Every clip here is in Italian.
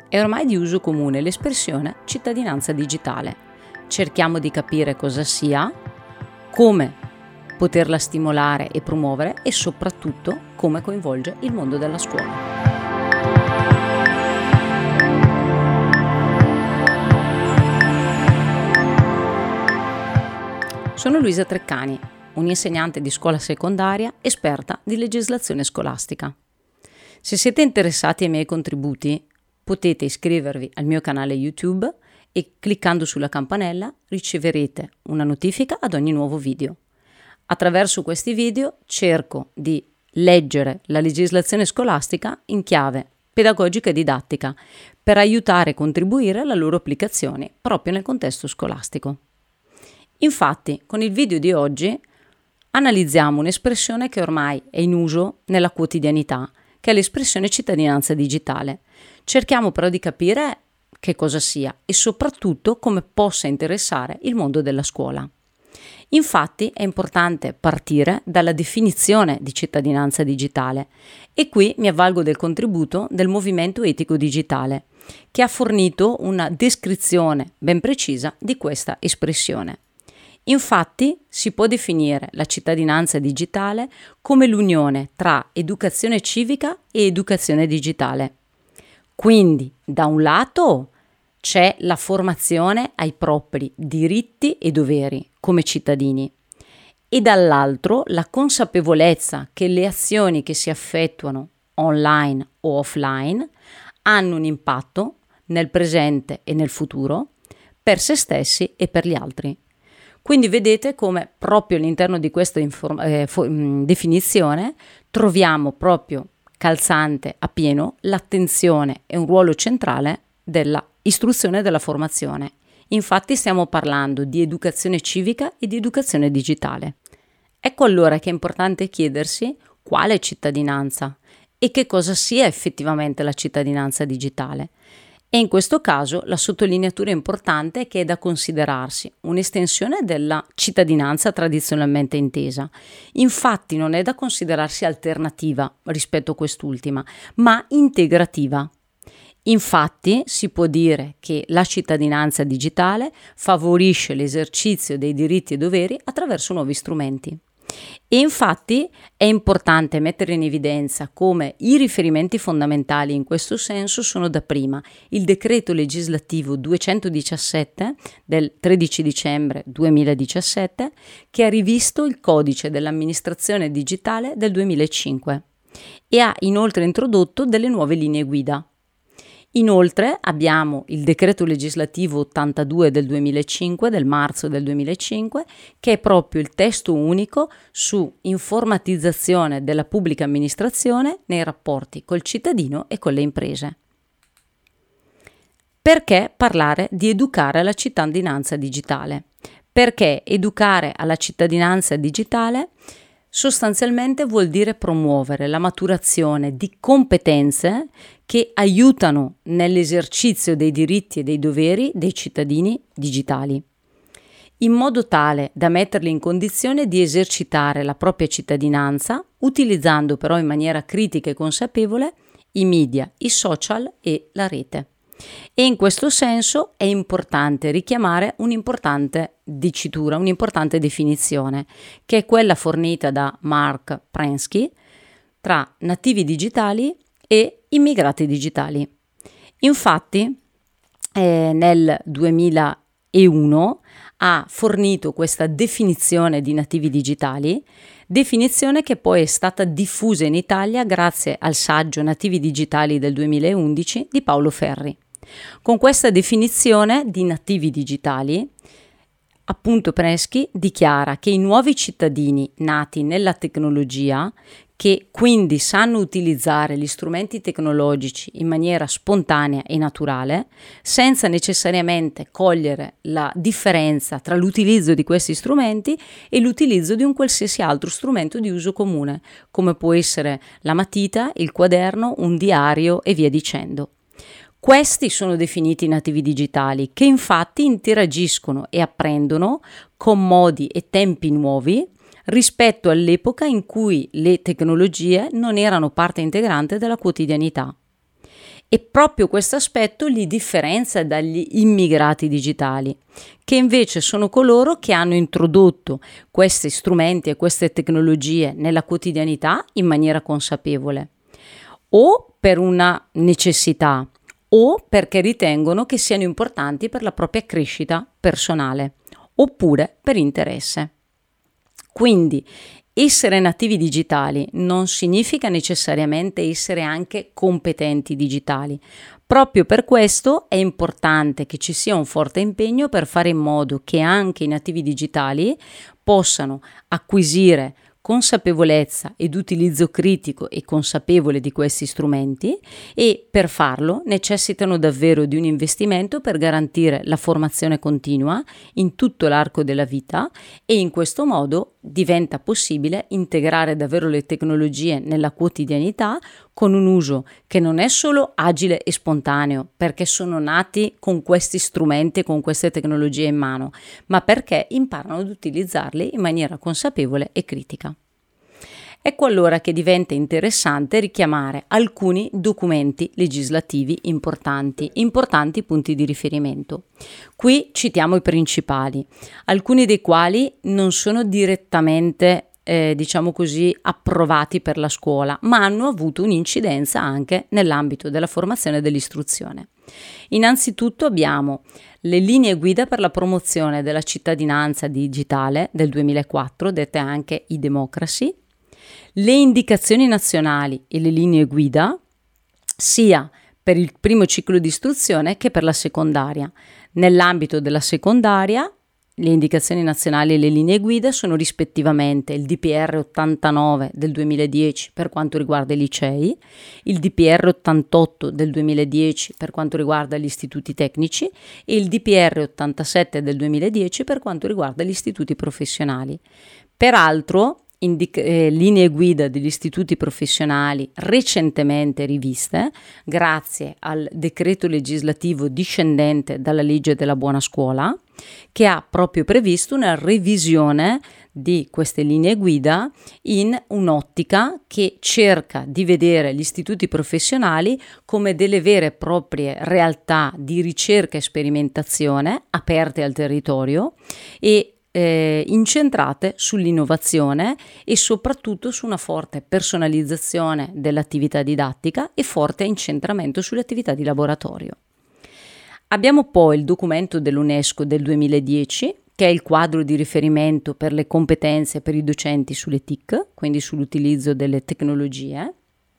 È ormai di uso comune l'espressione cittadinanza digitale. Cerchiamo di capire cosa sia, come poterla stimolare e promuovere e soprattutto come coinvolge il mondo della scuola. Sono Luisa Treccani, un'insegnante di scuola secondaria esperta di legislazione scolastica. Se siete interessati ai miei contributi, potete iscrivervi al mio canale YouTube e cliccando sulla campanella riceverete una notifica ad ogni nuovo video. Attraverso questi video cerco di leggere la legislazione scolastica in chiave pedagogica e didattica per aiutare e contribuire alla loro applicazione proprio nel contesto scolastico. Infatti, con il video di oggi analizziamo un'espressione che ormai è in uso nella quotidianità, che è l'espressione cittadinanza digitale. Cerchiamo però di capire che cosa sia e soprattutto come possa interessare il mondo della scuola. Infatti è importante partire dalla definizione di cittadinanza digitale e qui mi avvalgo del contributo del Movimento Etico Digitale, che ha fornito una descrizione ben precisa di questa espressione. Infatti si può definire la cittadinanza digitale come l'unione tra educazione civica e educazione digitale. Quindi, da un lato, c'è la formazione ai propri diritti e doveri come cittadini e dall'altro la consapevolezza che le azioni che si effettuano online o offline hanno un impatto nel presente e nel futuro per se stessi e per gli altri. Quindi vedete come proprio all'interno di questa definizione troviamo proprio calzante a pieno l'attenzione e un ruolo centrale della istruzione e della formazione. Infatti stiamo parlando di educazione civica e di educazione digitale. Ecco allora che è importante chiedersi quale cittadinanza e che cosa sia effettivamente la cittadinanza digitale. E in questo caso la sottolineatura importante è che è da considerarsi un'estensione della cittadinanza tradizionalmente intesa. Infatti non è da considerarsi alternativa rispetto a quest'ultima, ma integrativa. Infatti si può dire che la cittadinanza digitale favorisce l'esercizio dei diritti e doveri attraverso nuovi strumenti. E infatti è importante mettere in evidenza come i riferimenti fondamentali in questo senso sono dapprima il decreto legislativo 217 del 13 dicembre 2017 che ha rivisto il codice dell'amministrazione digitale del 2005 e ha inoltre introdotto delle nuove linee guida. Inoltre abbiamo il decreto legislativo 82 del 2005, del marzo del 2005, che è proprio il testo unico su informatizzazione della pubblica amministrazione nei rapporti col cittadino e con le imprese. Perché parlare di educare alla cittadinanza digitale? Perché educare alla cittadinanza digitale sostanzialmente vuol dire promuovere la maturazione di competenze che aiutano nell'esercizio dei diritti e dei doveri dei cittadini digitali, in modo tale da metterli in condizione di esercitare la propria cittadinanza, utilizzando però in maniera critica e consapevole i media, i social e la rete. E in questo senso è importante richiamare un'importante dicitura, un'importante definizione, che è quella fornita da Mark Prensky tra nativi digitali e immigrati digitali. Infatti nel 2001 ha fornito questa definizione di nativi digitali, definizione che poi è stata diffusa in Italia grazie al saggio Nativi digitali del 2011 di Paolo Ferri. Con questa definizione di nativi digitali, appunto Prensky dichiara che i nuovi cittadini nati nella tecnologia, che quindi sanno utilizzare gli strumenti tecnologici in maniera spontanea e naturale, senza necessariamente cogliere la differenza tra l'utilizzo di questi strumenti e l'utilizzo di un qualsiasi altro strumento di uso comune, come può essere la matita, il quaderno, un diario e via dicendo. Questi sono definiti nativi digitali, che infatti interagiscono e apprendono con modi e tempi nuovi rispetto all'epoca in cui le tecnologie non erano parte integrante della quotidianità. E proprio questo aspetto li differenzia dagli immigrati digitali, che invece sono coloro che hanno introdotto questi strumenti e queste tecnologie nella quotidianità in maniera consapevole, o per una necessità, o perché ritengono che siano importanti per la propria crescita personale, oppure per interesse. Quindi essere nativi digitali non significa necessariamente essere anche competenti digitali. Proprio per questo è importante che ci sia un forte impegno per fare in modo che anche i nativi digitali possano acquisire consapevolezza ed utilizzo critico e consapevole di questi strumenti, e per farlo necessitano davvero di un investimento per garantire la formazione continua in tutto l'arco della vita, e in questo modo diventa possibile integrare davvero le tecnologie nella quotidianità con un uso che non è solo agile e spontaneo perché sono nati con questi strumenti e con queste tecnologie in mano, ma perché imparano ad utilizzarli in maniera consapevole e critica. Ecco allora che diventa interessante richiamare alcuni documenti legislativi importanti punti di riferimento. Qui citiamo i principali, alcuni dei quali non sono direttamente approvati per la scuola, ma hanno avuto un'incidenza anche nell'ambito della formazione e dell'istruzione. Innanzitutto abbiamo le linee guida per la promozione della cittadinanza digitale del 2004, dette anche e-democracy, le indicazioni nazionali e le linee guida sia per il primo ciclo di istruzione che per la secondaria. Nell'ambito della secondaria, le indicazioni nazionali e le linee guida sono rispettivamente il DPR 89 del 2010 per quanto riguarda i licei, il DPR 88 del 2010 per quanto riguarda gli istituti tecnici e il DPR 87 del 2010 per quanto riguarda gli istituti professionali. Peraltro, linee guida degli istituti professionali recentemente riviste grazie al decreto legislativo discendente dalla legge della buona scuola, che ha proprio previsto una revisione di queste linee guida in un'ottica che cerca di vedere gli istituti professionali come delle vere e proprie realtà di ricerca e sperimentazione aperte al territorio e incentrate sull'innovazione e soprattutto su una forte personalizzazione dell'attività didattica e forte incentramento sulle attività di laboratorio. Abbiamo poi il documento dell'UNESCO del 2010, che è il quadro di riferimento per le competenze per i docenti sulle TIC, quindi sull'utilizzo delle tecnologie,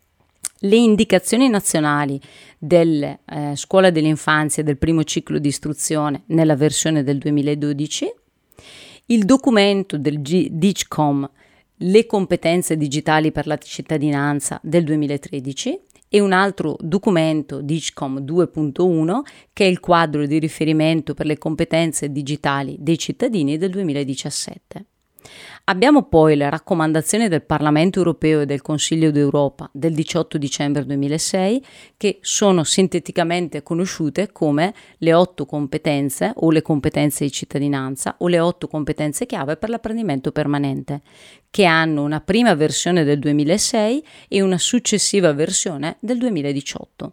le indicazioni nazionali della scuola dell'infanzia del primo ciclo di istruzione nella versione del 2012, il documento del DIGCOM, le competenze digitali per la cittadinanza del 2013 e un altro documento DIGCOM 2.1 che è il quadro di riferimento per le competenze digitali dei cittadini del 2017. Abbiamo poi le raccomandazioni del Parlamento europeo e del Consiglio d'Europa del 18 dicembre 2006 che sono sinteticamente conosciute come le 8 competenze o le competenze di cittadinanza o le 8 competenze chiave per l'apprendimento permanente, che hanno una prima versione del 2006 e una successiva versione del 2018.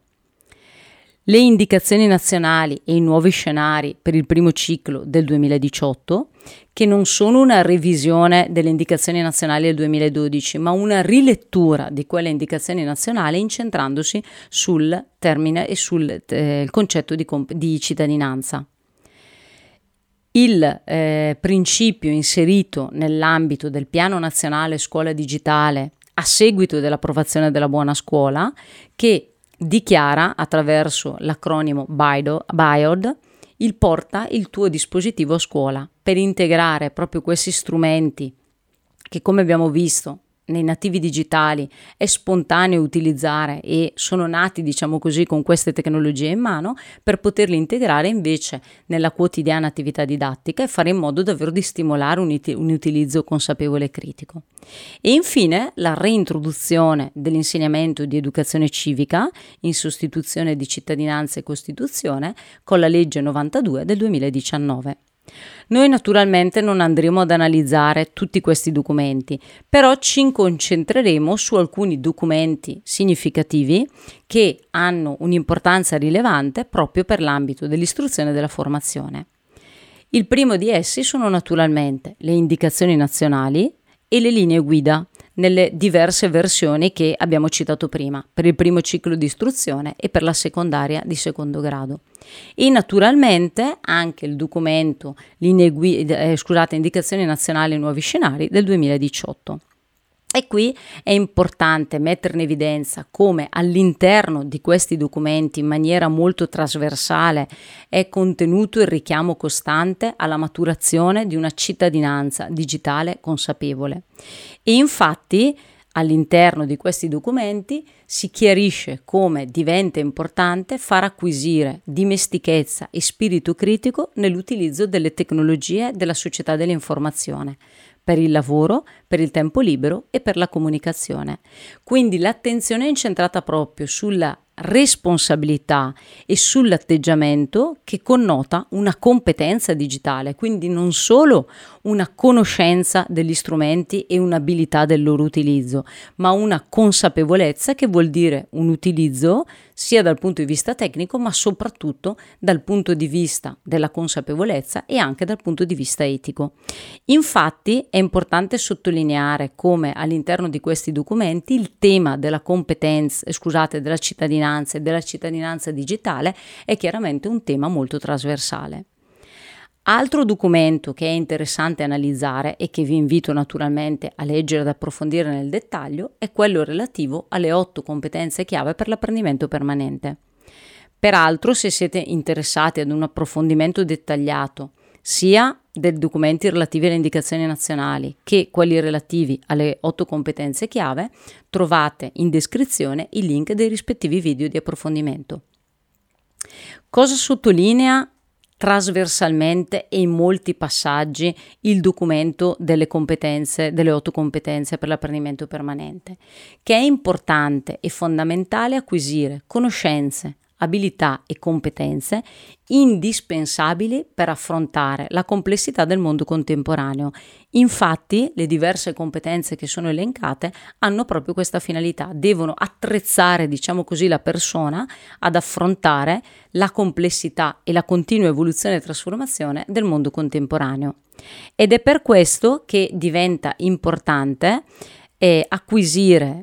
Le indicazioni nazionali e i nuovi scenari per il primo ciclo del 2018, che non sono una revisione delle indicazioni nazionali del 2012, ma una rilettura di quelle indicazioni nazionali incentrandosi sul termine e sul concetto di cittadinanza. Il principio inserito nell'ambito del Piano Nazionale Scuola Digitale a seguito dell'approvazione della Buona Scuola, che dichiara attraverso l'acronimo BIOD il porta il tuo dispositivo a scuola, per integrare proprio questi strumenti che, come abbiamo visto nei nativi digitali, è spontaneo utilizzare e sono nati, diciamo così, con queste tecnologie in mano, per poterli integrare invece nella quotidiana attività didattica e fare in modo davvero di stimolare un utilizzo consapevole e critico. E infine la reintroduzione dell'insegnamento di educazione civica in sostituzione di cittadinanza e Costituzione con la legge 92 del 2019. Noi naturalmente non andremo ad analizzare tutti questi documenti, però ci concentreremo su alcuni documenti significativi che hanno un'importanza rilevante proprio per l'ambito dell'istruzione e della formazione. Il primo di essi sono naturalmente le indicazioni nazionali e le linee guida nelle diverse versioni che abbiamo citato prima, per il primo ciclo di istruzione e per la secondaria di secondo grado. E naturalmente anche il documento Indicazioni nazionali e nuovi scenari del 2018. E qui è importante mettere in evidenza come all'interno di questi documenti, in maniera molto trasversale, è contenuto il richiamo costante alla maturazione di una cittadinanza digitale consapevole. E infatti all'interno di questi documenti si chiarisce come diventa importante far acquisire dimestichezza e spirito critico nell'utilizzo delle tecnologie della società dell'informazione, per il lavoro, per il tempo libero e per la comunicazione. Quindi l'attenzione è incentrata proprio sulla responsabilità e sull'atteggiamento che connota una competenza digitale, quindi non solo una conoscenza degli strumenti e un'abilità del loro utilizzo, ma una consapevolezza che vuol dire un utilizzo sia dal punto di vista tecnico, ma soprattutto dal punto di vista della consapevolezza e anche dal punto di vista etico. Infatti è importante sottolineare come all'interno di questi documenti il tema della della cittadinanza e della cittadinanza digitale è chiaramente un tema molto trasversale. Altro documento che è interessante analizzare e che vi invito naturalmente a leggere ed approfondire nel dettaglio è quello relativo alle 8 competenze chiave per l'apprendimento permanente. Peraltro, se siete interessati ad un approfondimento dettagliato sia dei documenti relativi alle indicazioni nazionali che quelli relativi alle 8 competenze chiave, trovate in descrizione i link dei rispettivi video di approfondimento. Cosa sottolinea trasversalmente e in molti passaggi il documento delle 8 competenze per l'apprendimento permanente? Che è importante e fondamentale acquisire conoscenze, abilità e competenze indispensabili per affrontare la complessità del mondo contemporaneo. Infatti, le diverse competenze che sono elencate hanno proprio questa finalità, devono attrezzare, diciamo così, la persona ad affrontare la complessità e la continua evoluzione e trasformazione del mondo contemporaneo. Ed è per questo che diventa importante acquisire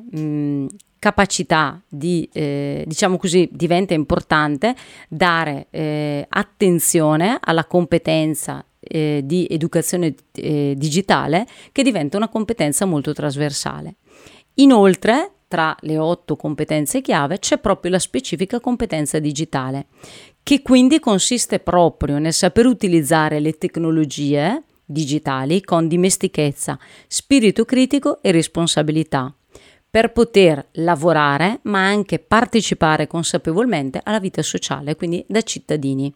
capacità diciamo così, diventa importante dare attenzione alla competenza di educazione digitale, che diventa una competenza molto trasversale. Inoltre, tra le 8 competenze chiave c'è proprio la specifica competenza digitale, che quindi consiste proprio nel saper utilizzare le tecnologie digitali con dimestichezza, spirito critico e responsabilità, per poter lavorare ma anche partecipare consapevolmente alla vita sociale, quindi da cittadini.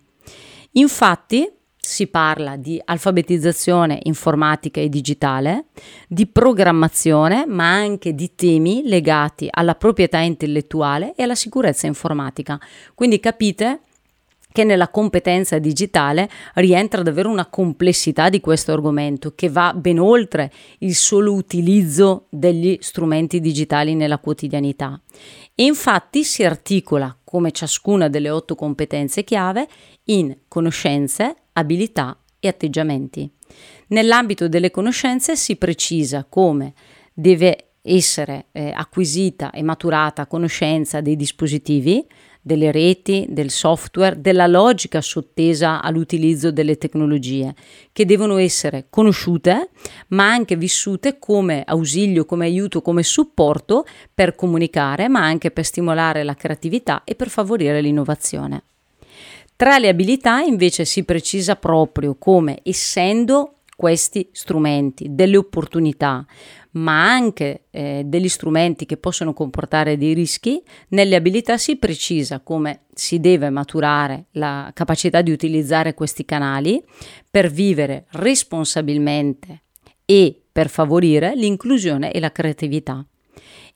Infatti si parla di alfabetizzazione informatica e digitale, di programmazione, ma anche di temi legati alla proprietà intellettuale e alla sicurezza informatica. Quindi capite che nella competenza digitale rientra davvero una complessità di questo argomento che va ben oltre il solo utilizzo degli strumenti digitali nella quotidianità. E infatti si articola, come ciascuna delle 8 competenze chiave, in conoscenze, abilità e atteggiamenti. Nell'ambito delle conoscenze si precisa come deve essere acquisita e maturata conoscenza dei dispositivi, delle reti, del software, della logica sottesa all'utilizzo delle tecnologie, che devono essere conosciute ma anche vissute come ausilio, come aiuto, come supporto per comunicare, ma anche per stimolare la creatività e per favorire l'innovazione. Tra le abilità invece si precisa proprio come, essendo questi strumenti delle opportunità, ma anche degli strumenti che possono comportare dei rischi, nelle abilità si precisa come si deve maturare la capacità di utilizzare questi canali per vivere responsabilmente e per favorire l'inclusione e la creatività.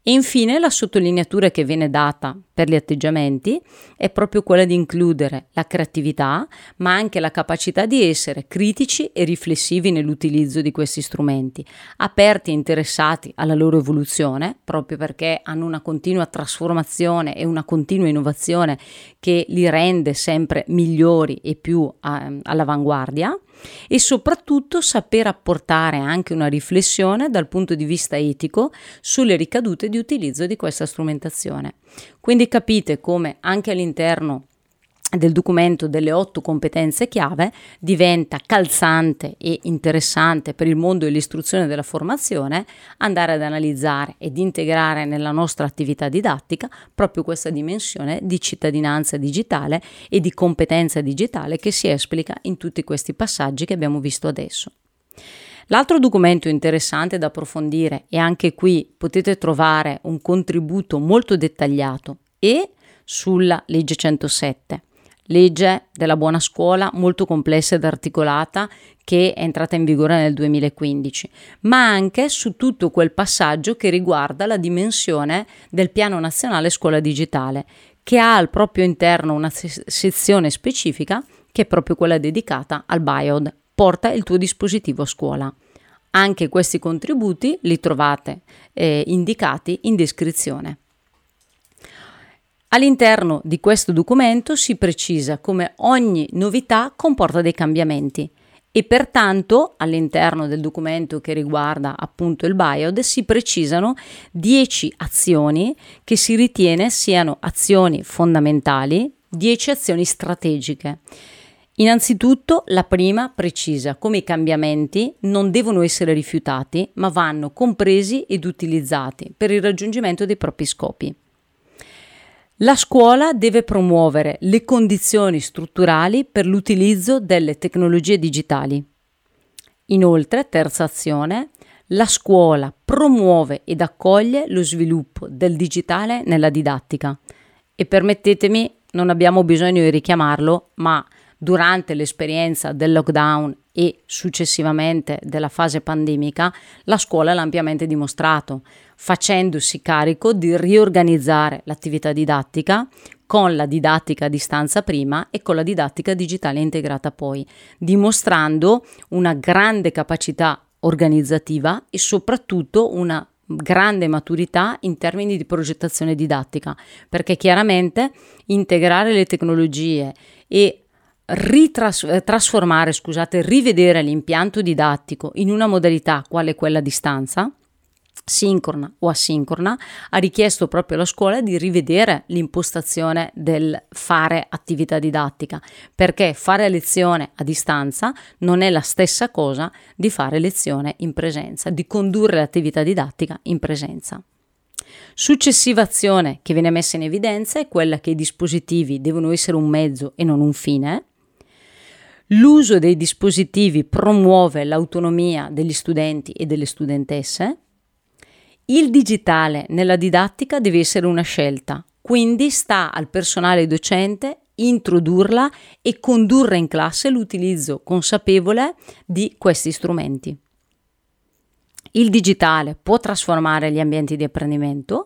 E infine la sottolineatura che viene data per gli atteggiamenti è proprio quella di includere la creatività, ma anche la capacità di essere critici e riflessivi nell'utilizzo di questi strumenti, aperti e interessati alla loro evoluzione, proprio perché hanno una continua trasformazione e una continua innovazione che li rende sempre migliori e più all'avanguardia, e soprattutto saper apportare anche una riflessione dal punto di vista etico sulle ricadute di utilizzo di questa strumentazione. Quindi capite come anche all'interno del documento delle 8 competenze chiave diventa calzante e interessante per il mondo dell'istruzione e della formazione andare ad analizzare ed integrare nella nostra attività didattica proprio questa dimensione di cittadinanza digitale e di competenza digitale che si esplica in tutti questi passaggi che abbiamo visto adesso. L'altro documento interessante da approfondire, e anche qui potete trovare un contributo molto dettagliato, è sulla legge 107, legge della buona scuola molto complessa ed articolata che è entrata in vigore nel 2015, ma anche su tutto quel passaggio che riguarda la dimensione del Piano Nazionale Scuola Digitale, che ha al proprio interno una sezione specifica che è proprio quella dedicata al BIOD, porta il tuo dispositivo a scuola. Anche questi contributi li trovate indicati in descrizione. All'interno di questo documento si precisa come ogni novità comporta dei cambiamenti e pertanto all'interno del documento che riguarda appunto il BIOD si precisano 10 azioni che si ritiene siano azioni fondamentali, 10 azioni strategiche. Innanzitutto la prima precisa come i cambiamenti non devono essere rifiutati ma vanno compresi ed utilizzati per il raggiungimento dei propri scopi. La scuola deve promuovere le condizioni strutturali per l'utilizzo delle tecnologie digitali. Inoltre, terza azione, la scuola promuove ed accoglie lo sviluppo del digitale nella didattica. E permettetemi, non abbiamo bisogno di richiamarlo, ma durante l'esperienza del lockdown e successivamente della fase pandemica, la scuola l'ha ampiamente dimostrato, facendosi carico di riorganizzare l'attività didattica con la didattica a distanza prima e con la didattica digitale integrata poi, dimostrando una grande capacità organizzativa e soprattutto una grande maturità in termini di progettazione didattica, perché chiaramente integrare le tecnologie e rivedere l'impianto didattico in una modalità quale quella a distanza, sincrona o asincrona, ha richiesto proprio alla scuola di rivedere l'impostazione del fare attività didattica, perché fare lezione a distanza non è la stessa cosa di fare lezione in presenza, di condurre l'attività didattica in presenza. Successiva azione che viene messa in evidenza è quella che i dispositivi devono essere un mezzo e non un fine. L'uso dei dispositivi promuove l'autonomia degli studenti e delle studentesse. Il digitale nella didattica deve essere una scelta, quindi sta al personale docente introdurla e condurre in classe l'utilizzo consapevole di questi strumenti. Il digitale può trasformare gli ambienti di apprendimento,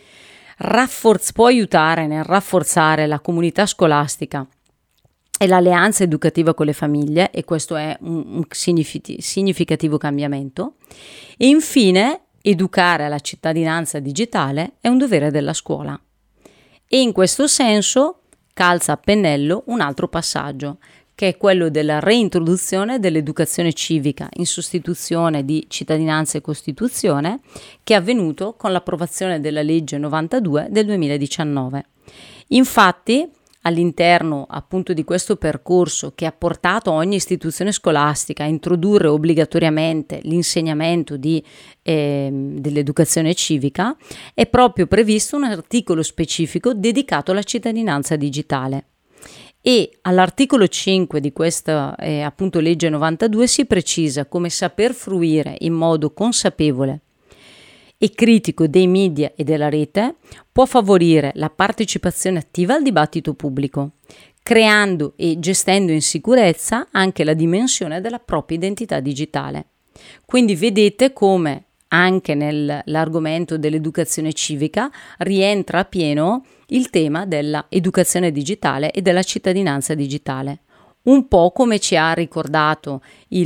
può aiutare nel rafforzare la comunità scolastica e l'alleanza educativa con le famiglie, e questo è un significativo cambiamento. E infine, educare alla cittadinanza digitale è un dovere della scuola. E in questo senso calza a pennello un altro passaggio, che è quello della reintroduzione dell'educazione civica in sostituzione di cittadinanza e Costituzione, che è avvenuto con l'approvazione della legge 92 del 2019. Infatti, all'interno appunto di questo percorso che ha portato ogni istituzione scolastica a introdurre obbligatoriamente l'insegnamento dell'educazione civica, è proprio previsto un articolo specifico dedicato alla cittadinanza digitale. E all'articolo 5 di questa appunto legge 92 si precisa come saper fruire in modo consapevole e critico dei media e della rete può favorire la partecipazione attiva al dibattito pubblico, creando e gestendo in sicurezza anche la dimensione della propria identità digitale. Quindi vedete come anche nell'argomento dell'educazione civica rientra a pieno il tema dell'educazione digitale e della cittadinanza digitale. Un po' come ci ha ricordato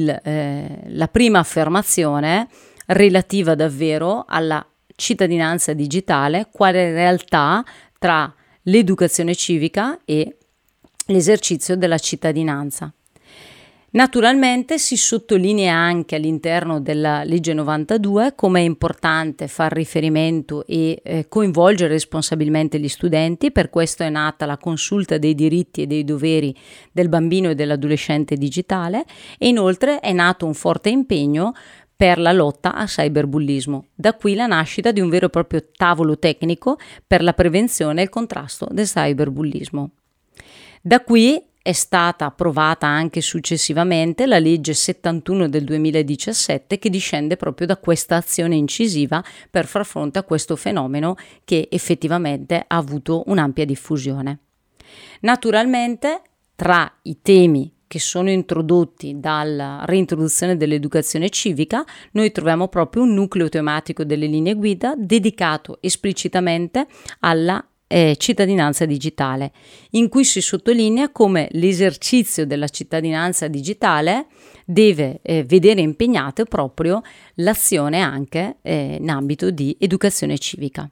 la prima affermazione relativa davvero alla cittadinanza digitale, quale realtà tra l'educazione civica e l'esercizio della cittadinanza. Naturalmente si sottolinea anche all'interno della legge 92 come è importante far riferimento e coinvolgere responsabilmente gli studenti. Per questo è nata la consulta dei diritti e dei doveri del bambino e dell'adolescente digitale, e inoltre è nato un forte impegno per la lotta al cyberbullismo. Da qui la nascita di un vero e proprio tavolo tecnico per la prevenzione e il contrasto del cyberbullismo. Da qui è stata approvata anche successivamente la legge 71 del 2017, che discende proprio da questa azione incisiva per far fronte a questo fenomeno che effettivamente ha avuto un'ampia diffusione. Naturalmente, tra i temi che sono introdotti dalla reintroduzione dell'educazione civica, noi troviamo proprio un nucleo tematico delle linee guida dedicato esplicitamente alla cittadinanza digitale, in cui si sottolinea come l'esercizio della cittadinanza digitale deve vedere impegnata proprio l'azione anche in ambito di educazione civica.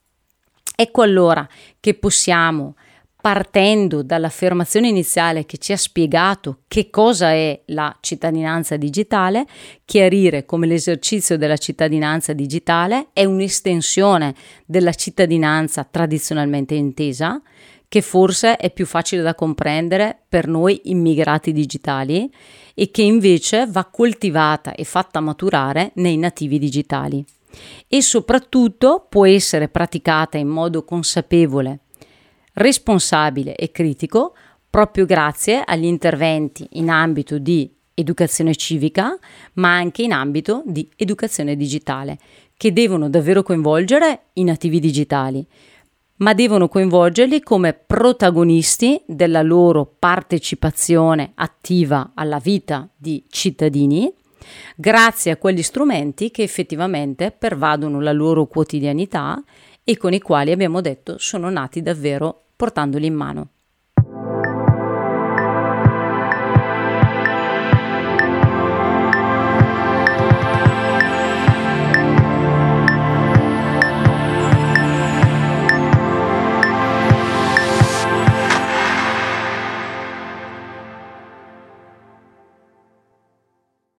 Ecco allora che possiamo, partendo dall'affermazione iniziale che ci ha spiegato che cosa è la cittadinanza digitale, chiarire come l'esercizio della cittadinanza digitale è un'estensione della cittadinanza tradizionalmente intesa, che forse è più facile da comprendere per noi immigrati digitali e che invece va coltivata e fatta maturare nei nativi digitali, e soprattutto può essere praticata in modo consapevole, responsabile e critico proprio grazie agli interventi in ambito di educazione civica, ma anche in ambito di educazione digitale, che devono davvero coinvolgere i nativi digitali, ma devono coinvolgerli come protagonisti della loro partecipazione attiva alla vita di cittadini, grazie a quegli strumenti che effettivamente pervadono la loro quotidianità e con i quali, abbiamo detto, sono nati davvero portandoli in mano.